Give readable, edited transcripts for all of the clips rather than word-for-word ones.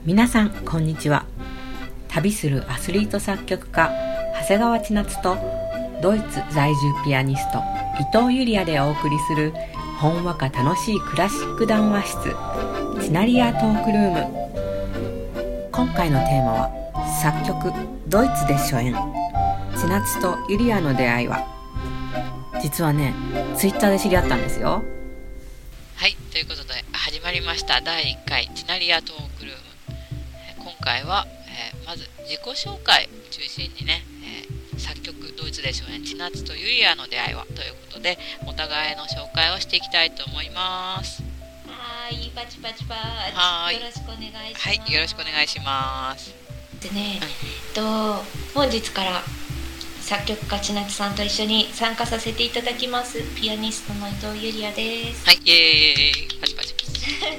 皆さんこんにちは。旅するアスリート作曲家長谷川千夏とドイツ在住ピアニスト伊藤ゆりやでお送りするほんわか楽しいクラシック談話室チナリアトークルーム。今回のテーマは作曲ドイツで初演、千夏とゆりやの出会いは。実はね、ツイッターで知り合ったんですよ。 はい、ということで始まりました第1回チナリアトークルーム。今回は、まず自己紹介中心にね、作曲ドイツで初演千夏とゆりやの出会いはということで、お互いの紹介をしていきたいと思います。 はい、パチパチパチ。 はい、 よろしくお願いします。 はい、よろしくお願いします。 でね、本日から作曲家千夏さんと一緒に参加させていただきますピアニストの伊藤ゆりやです。 はい、イエーイ、パチパチパチ。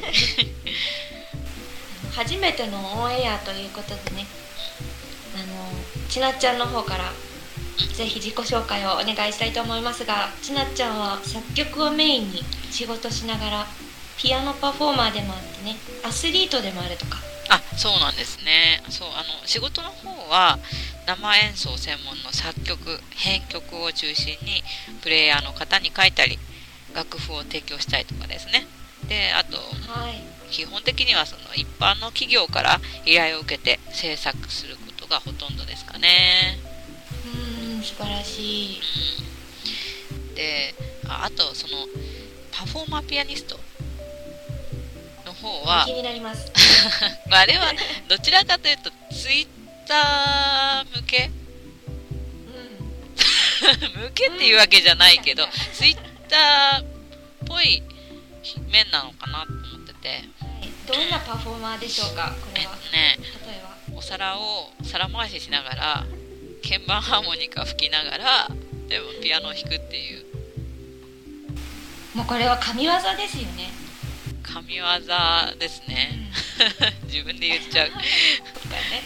初めてのオンエアということでね、千夏ちゃんの方からぜひ自己紹介をお願いしたいと思いますが、千夏ちゃんは作曲をメインに仕事しながらピアノパフォーマーでもあってね、アスリートでもあるとか。 あ、そうなんですね。そう、仕事の方は生演奏専門の作曲編曲を中心にプレイヤーの方に書いたり楽譜を提供したりとかですね。で、あと、 はい、 基本的にはその一般の企業から依頼を受けて制作することがほとんどですかね。 素晴らしい。 で、あとそのパフォーマーピアニストの方は気になります。 あれはどちらかというとツイッター向け向けっていうわけじゃないけど、ツイッターっぽい面なのかなと思ってて、はい、 どんなパフォーマーでしょうか、これは。 ね、 例えばお皿を皿回ししながら鍵盤ハーモニカ吹きながらでもピアノを弾くっていう、 もうこれは神業ですよね。 神業ですね、自分で言っちゃうそうだね。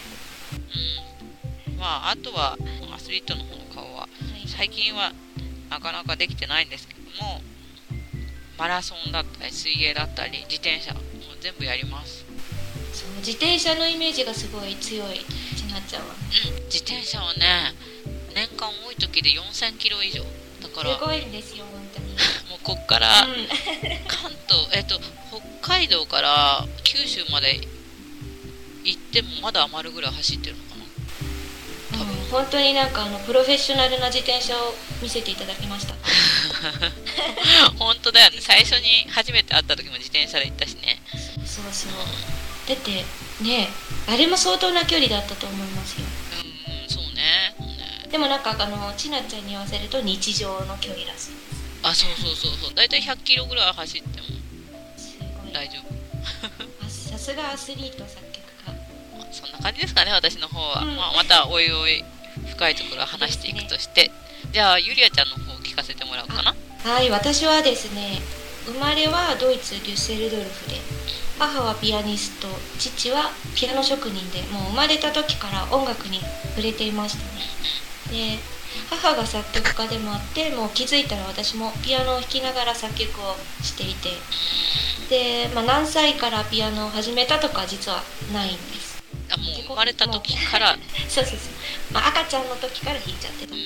まあ、あとはアスリートの方の顔は、最近はなかなかできてないんですけども、マラソンだったり水泳だったり自転車も全部やります。 そう、自転車のイメージがすごい強い千夏ちゃんは。 自転車はね、年間多い時で4000キロ以上だから、 すごいんですよ本当に。 もうこっから、関東、北海道から九州まで行ってもまだ余るぐらい走ってるのかな。多分、 本当になんかプロフェッショナルな自転車を見せていただきました。 本当だよね。最初に初めて会った時も自転車で行ったしね。 そうそう、だってね、あれも相当な距離だったと思いますよ。 そうね。 でもなんか千夏ちゃんに言わせると日常の距離らしいです。 あ、そう、だいたい100キロぐらい走っても大丈夫。 さすがアスリート作曲家。 そんな感じですかね、私の方は。またおいおい深いところを話していくとして、じゃあゆりやちゃんの方を聞かせてもらおうかな。 はい、私はですね、生まれはドイツ・デュッセルドルフで、母はピアニスト、父はピアノ職人で、もう生まれた時から音楽に触れていましたね。で、母が作曲家でもあって、もう気づいたら私もピアノを弾きながら作曲をしていて、で、何歳からピアノを始めたとか実はないんです。 もう生まれた時からそう、赤ちゃんの時から弾いちゃってた。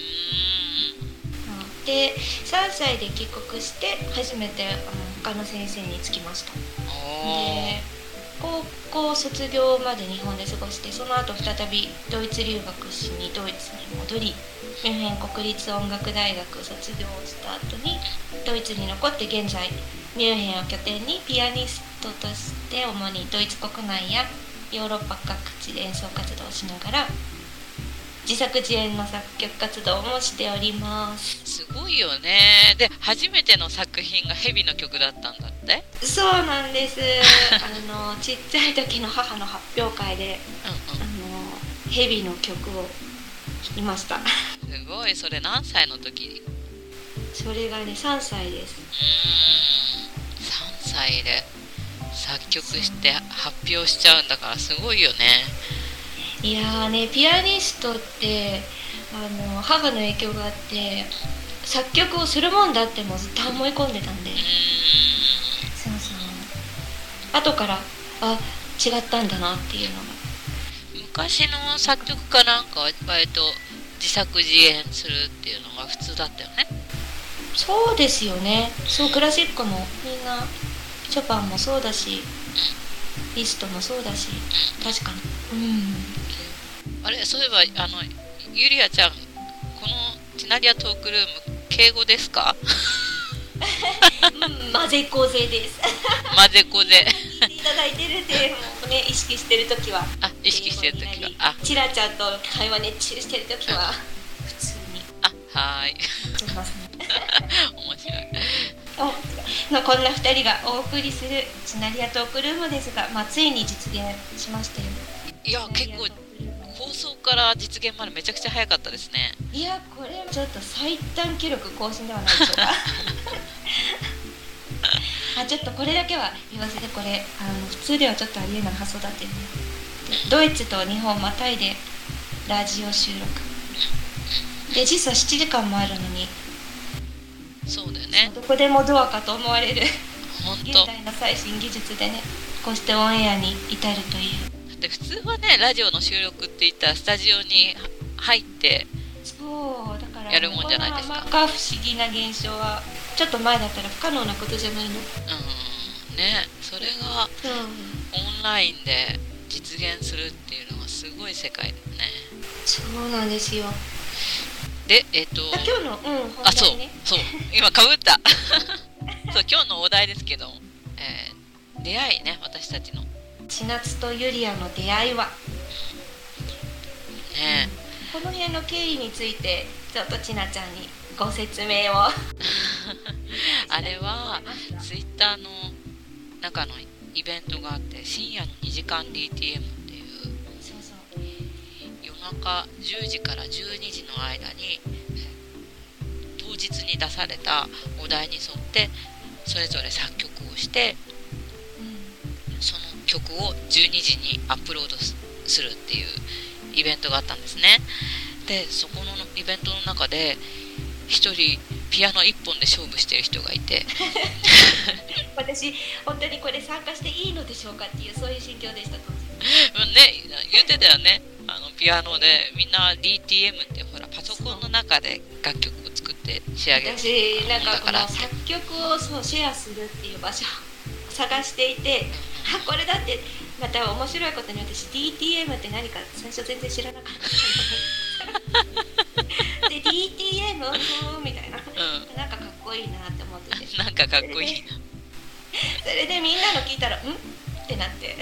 で、3歳で帰国して初めて他の先生につきました。で、高校卒業まで日本で過ごして、その後再びドイツ留学しにドイツに戻り、ミュンヘン国立音楽大学卒業した後にドイツに残って、現在ミュンヘンを拠点にピアニストとして主にドイツ国内やヨーロッパ各地で演奏活動をしながら自作自演の作曲活動もしております。 すごいよね。で、初めての作品がヘビの曲だったんだって。 そうなんです。ちっちゃい時の母の発表会で、ヘビの曲を弾きました。 すごい。それ何歳の時？ それがね、3歳です。 3歳で作曲して発表しちゃうんだからすごいよね。 いやーね、ピアニストって母の影響があって、作曲をするもんだってもうずっと思い込んでたんで、そう後から違ったんだなっていうのが。 昔の作曲家なんかは割と自作自演するっていうのが普通だったよね。 そうですよね。そう、クラシックもみんなショパンもそうだし、リストもそうだし、確かに。 あれ、そういえばゆりあちゃん、このティナリアトークルーム敬語ですか？ 混ぜこぜです。 混ぜこぜ。 聞いていただいてるってもうね、意識してるときは。 意識してるときは。 チラちゃんと会話熱中してるときは普通に。 はーい。 すみません。 面白い。 こんな2人がお送りするティナリアトークルームですが、ついに実現しましたよね。 いや、結構放送から実現までめちゃくちゃ早かったですね。 いや、これちょっと最短記録更新ではないでしょうか。ちょっとこれだけは言わせて、これ普通ではちょっとありえない発想だってね。ドイツと日本またいでラジオ収録で、実は7時間もあるのに、 そうだよね、 どこでもドアかと思われる現代の最新技術でね、こうしてオンエアに至るという。 だって普通はね、ラジオの収録って言ったらスタジオに入ってそうだからやるもんじゃないですか。 こんな不思議な現象はちょっと前だったら不可能なことじゃないの。 ね、それがオンラインで実現するっていうのはすごい世界だよね。 そうなんですよ。 で、 今日の、本題ね。 そう今かぶったそう、今日のお題ですけど、出会いね、私たちの千夏とユリアの出会いはね、 この辺の経緯についてちょっとちなちゃんにご説明をあれはツイッターの中のイベントがあって、深夜の2時間 DTM っていう、夜中10時から12時の間に当日に出されたお題に沿ってそれぞれ作曲をして、その曲を12時にアップロードするっていうイベントがあったんですね。で、そこのイベントの中で一人ピアノ1本で勝負してる人がいて私本当にこれ参加していいのでしょうかっていう、そういう心境でした当時ね、言ってたよね。ピアノでみんな DTM ってほらパソコンの中で楽曲を作って仕上げる。 私なんかこの作曲をシェアするっていう場所を探していて、これだって、また面白いことに私 DTM って何か最初全然知らなかったで DTM みたいな、なんかかっこいいなって思ってて、 なんかかっこいいそれでみんなの聞いたらんってなって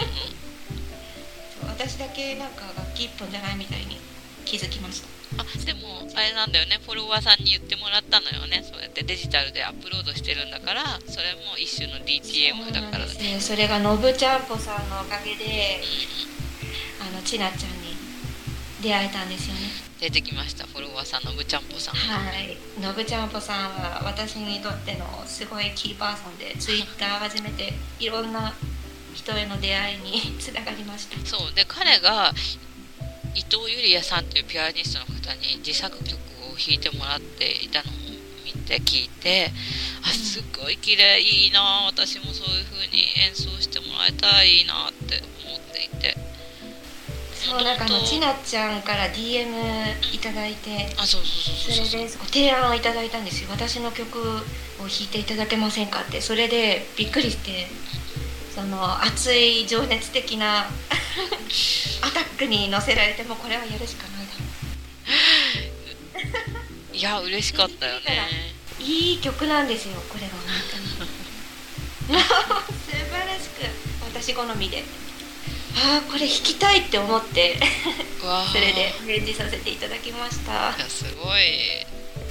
そう、私だけなんか楽器一本じゃないみたいに気づきました。 でもあれなんだよね、フォロワーさんに言ってもらったのよね。そうやってデジタルでアップロードしてるんだから、それも一種の DTM だからね。 それがのぶちゃんぽさんのおかげで、ちなちゃんに出会えたんですよね。 出てきました、フォロワーさんのぶちゃんぽさん。 はい、のぶちゃんぽさんは私にとってのすごいキーパーソンで、ツイッター始めていろんな人への出会いにつながりました。 そうで、彼が伊藤ゆりやさんというピアニストの方に自作曲を弾いてもらっていたのを見て聞いて、すごい綺麗、いいな、私もそういう風に演奏してもらいたいなって思っていて、 そう、なんかちなちゃんから DM いただいて、 それで提案をいただいたんですよ。私の曲を弾いていただけませんかって。それでびっくりして、その熱い情熱的なアタックに乗せられて、もこれはやるしかないだろういや、嬉しかったよね。 いい曲なんですよ、これは本当に素晴らしく私好みで、これ弾きたいって思ってそれでアレンジさせていただきました。 いや、すごい。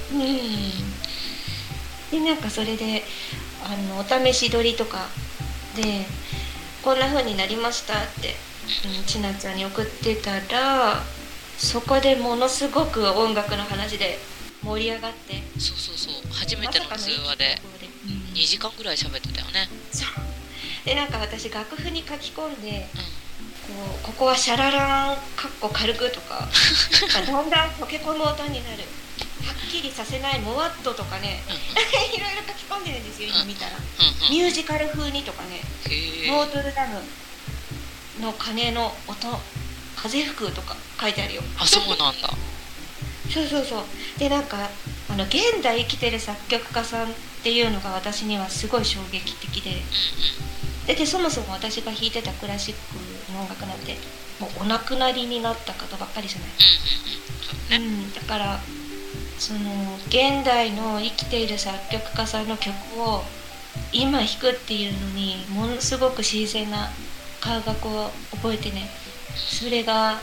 で、なんかそれでお試し撮りとかでこんな風になりましたってちなちゃんに送ってたら、そこでものすごく音楽の話で盛り上がって、 そう初めての通話で2時間ぐらい喋ってたよね。 で、なんか私楽譜に書き込んで、ここはシャラランかっこ軽くとかだんだん溶け込む音になる、はっきりさせないモワットとかね、いろいろ書き込んでるんですよ今見たら。ミュージカル風にとかね、ノートルダムの鐘の音、風吹くとか書いてあるよ。 あ、そうなんだ。 そうそうそう。でなんか現代生きてる作曲家さんっていうのが私にはすごい衝撃的で、でそもそも私が弾いてたクラシックの音楽なんてもうお亡くなりになった方ばっかりじゃない。だからその現代の生きている作曲家さんの曲を今弾くっていうのにものすごく新鮮な感覚を覚えてね、それが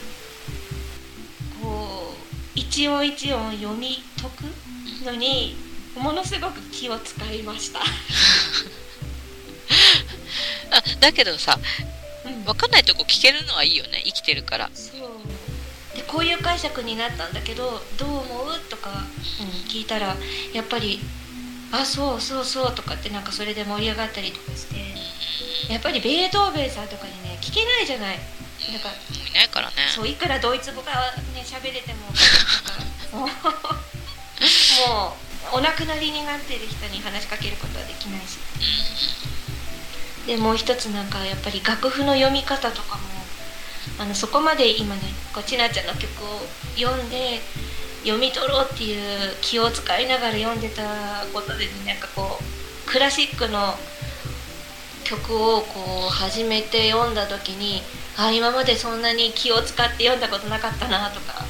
こう一音一音読み解くのにものすごく気を使いましただけどさ、分かんないとこ聞けるのはいいよね、生きてるから。 そうで、こういう解釈になったんだけどどう思うとか、聞いたらやっぱりあ、そうそうそうとかってなんかそれで盛り上がったりとかして、やっぱりベートーベンさんとかにね聞けないじゃない。だからもういないからね。 そう、いくらドイツ語がね喋れてもなんかもうお亡くなりになっている人に話しかけることはできないし、でもう一つなんかやっぱり楽譜の読み方とかもそこまで今ねちなちゃんの曲を読んで読み取ろうっていう気を使いながら読んでたことで、ね、なんかこうクラシックの曲をこう初めて読んだ時に今までそんなに気を使って読んだことなかったなとか、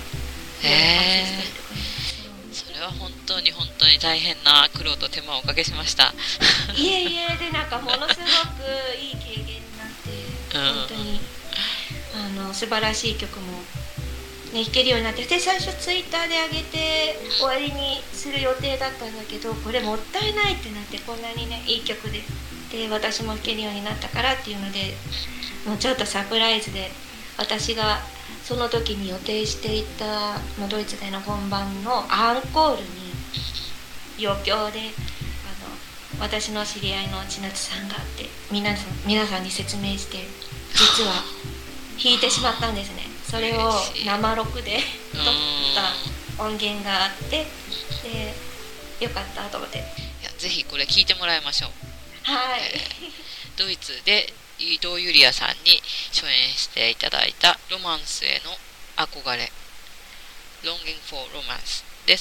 それは本当に本当に大変な苦労と手間をおかけしましたいえいえ、でなんかものすごくいい経験になって、本当に素晴らしい曲も、ね、弾けるようになって、で最初ツイッターで上げて終わりにする予定だったんだけど、これもったいないってなって、こんなにねいい曲で私も弾けるようになったからっていうので、もうちょっとサプライズで私がその時に予定していたドイツでの本番のアンコールに余興で私の知り合いの千夏さんがあって、皆さんに説明して実は弾いてしまったんですね。それを生録で撮った音源があって、でよかったと思って、いやぜひこれ聞いてもらいましょう。 はい、 ドイツで伊藤ゆりやさんに初演していただいたロマンスへの憧れ Longing for Romance です。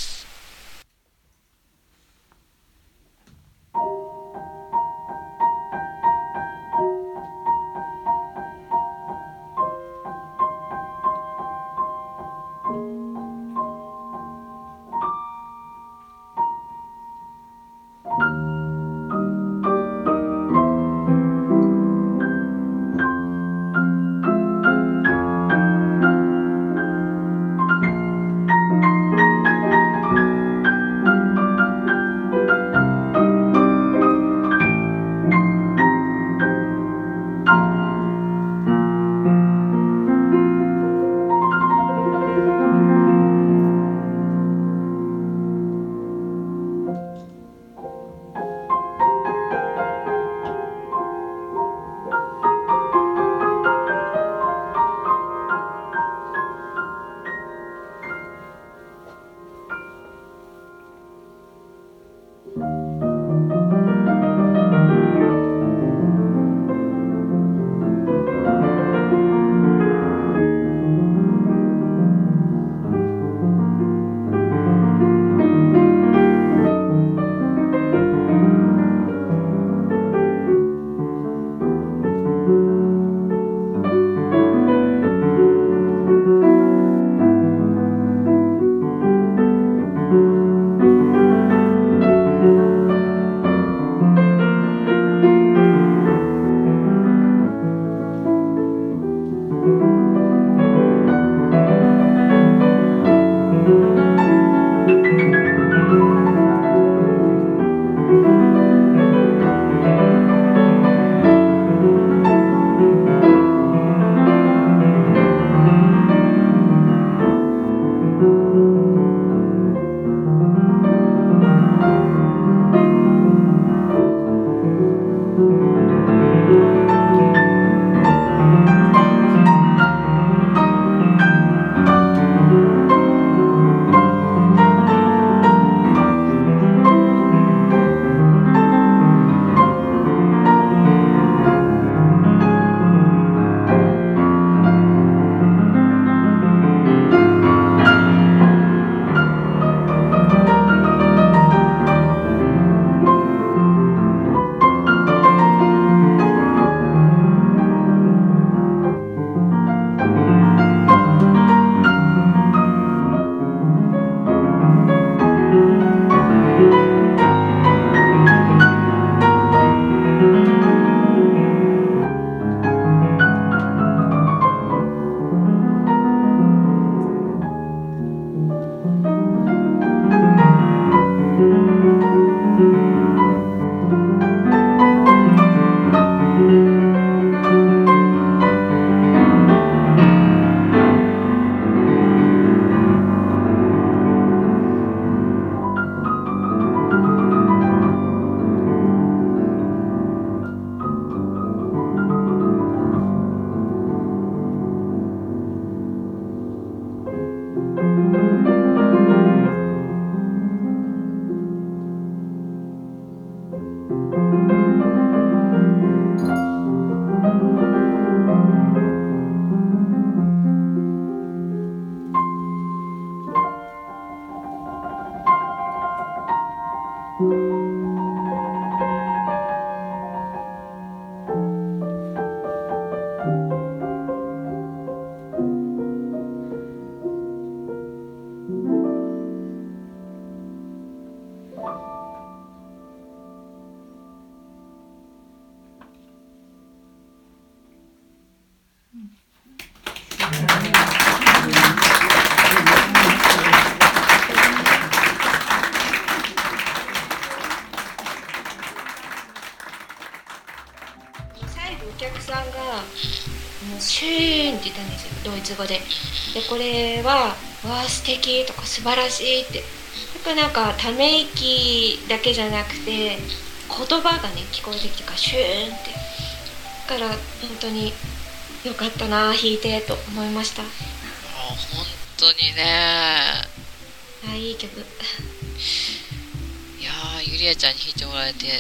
前でお客さんがもうシューンって言ったんですよ、ドイツ語で。でこれはわあ素敵とか素晴らしいって、なんかため息だけじゃなくて言葉がね聞こえてきてからシューンって、だから本当によかったな弾いてと思いました。 本当にね、 いい曲。 いやゆりあちゃんに弾いてもらえて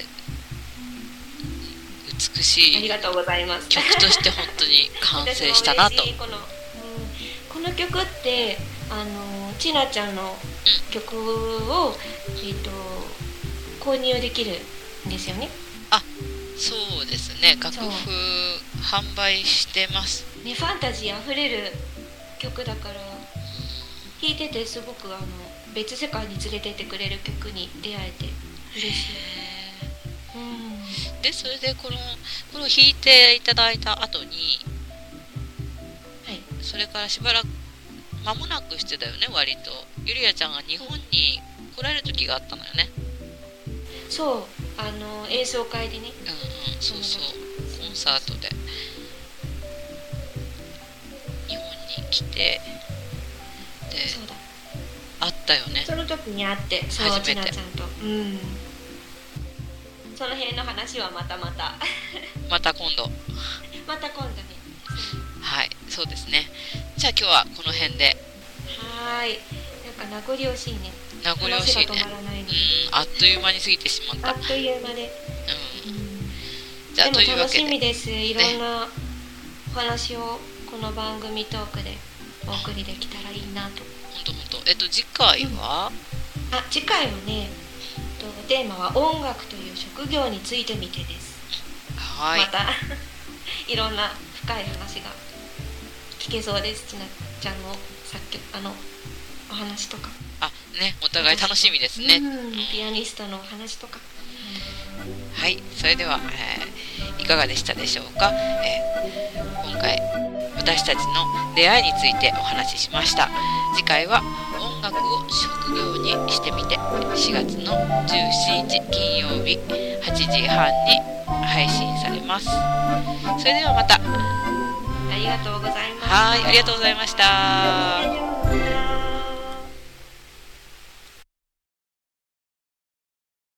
美しい、 ありがとうございます。 曲として本当に完成したなと。 この曲ってちなちゃんの曲を、購入できるんですよね。 そうですね、楽譜販売してますね。ファンタジーあふれる曲だから弾いててすごく別世界に連れてってくれる曲に出会えて嬉しい。 でそれでこれを弾いていただいた後に、 はい、 それからしばらく間もなくしてたよね、割とゆりあちゃんが日本に来られる時があったのよね。 そう演奏会でね。 そうそう、コンサートで日本に来て、でそうだ、 会ったよね。 その時に会って、そう初めてちなちゃんと、その辺の話はまたまた今度また今度ね。 はい、そうですね。じゃあ今日はこの辺で。 はい、なんか名残惜しいね。 名残惜しいね。あっという間に過ぎてしまった。 あっという間で。 じゃあというわけで。 でも楽しみです。いろんなお話をこの番組トークでお送りできたらいいなと。 本当。次回は？ 次回はね、テーマは音楽という職業についてみてです。 はい。 またいろんな深い話が聞けそうです。ちなちゃんの作曲お話とか。 ね、お互い楽しみですね。 ピアニストのお話とか。 はい、それでは、いかがでしたでしょうか。今回私たちの出会いについてお話ししました。次回は音楽を職業にしてみて、4月の17日金曜日8時半に配信されます。それではまた。 ありがとうございました。 はい、ありがとうございました。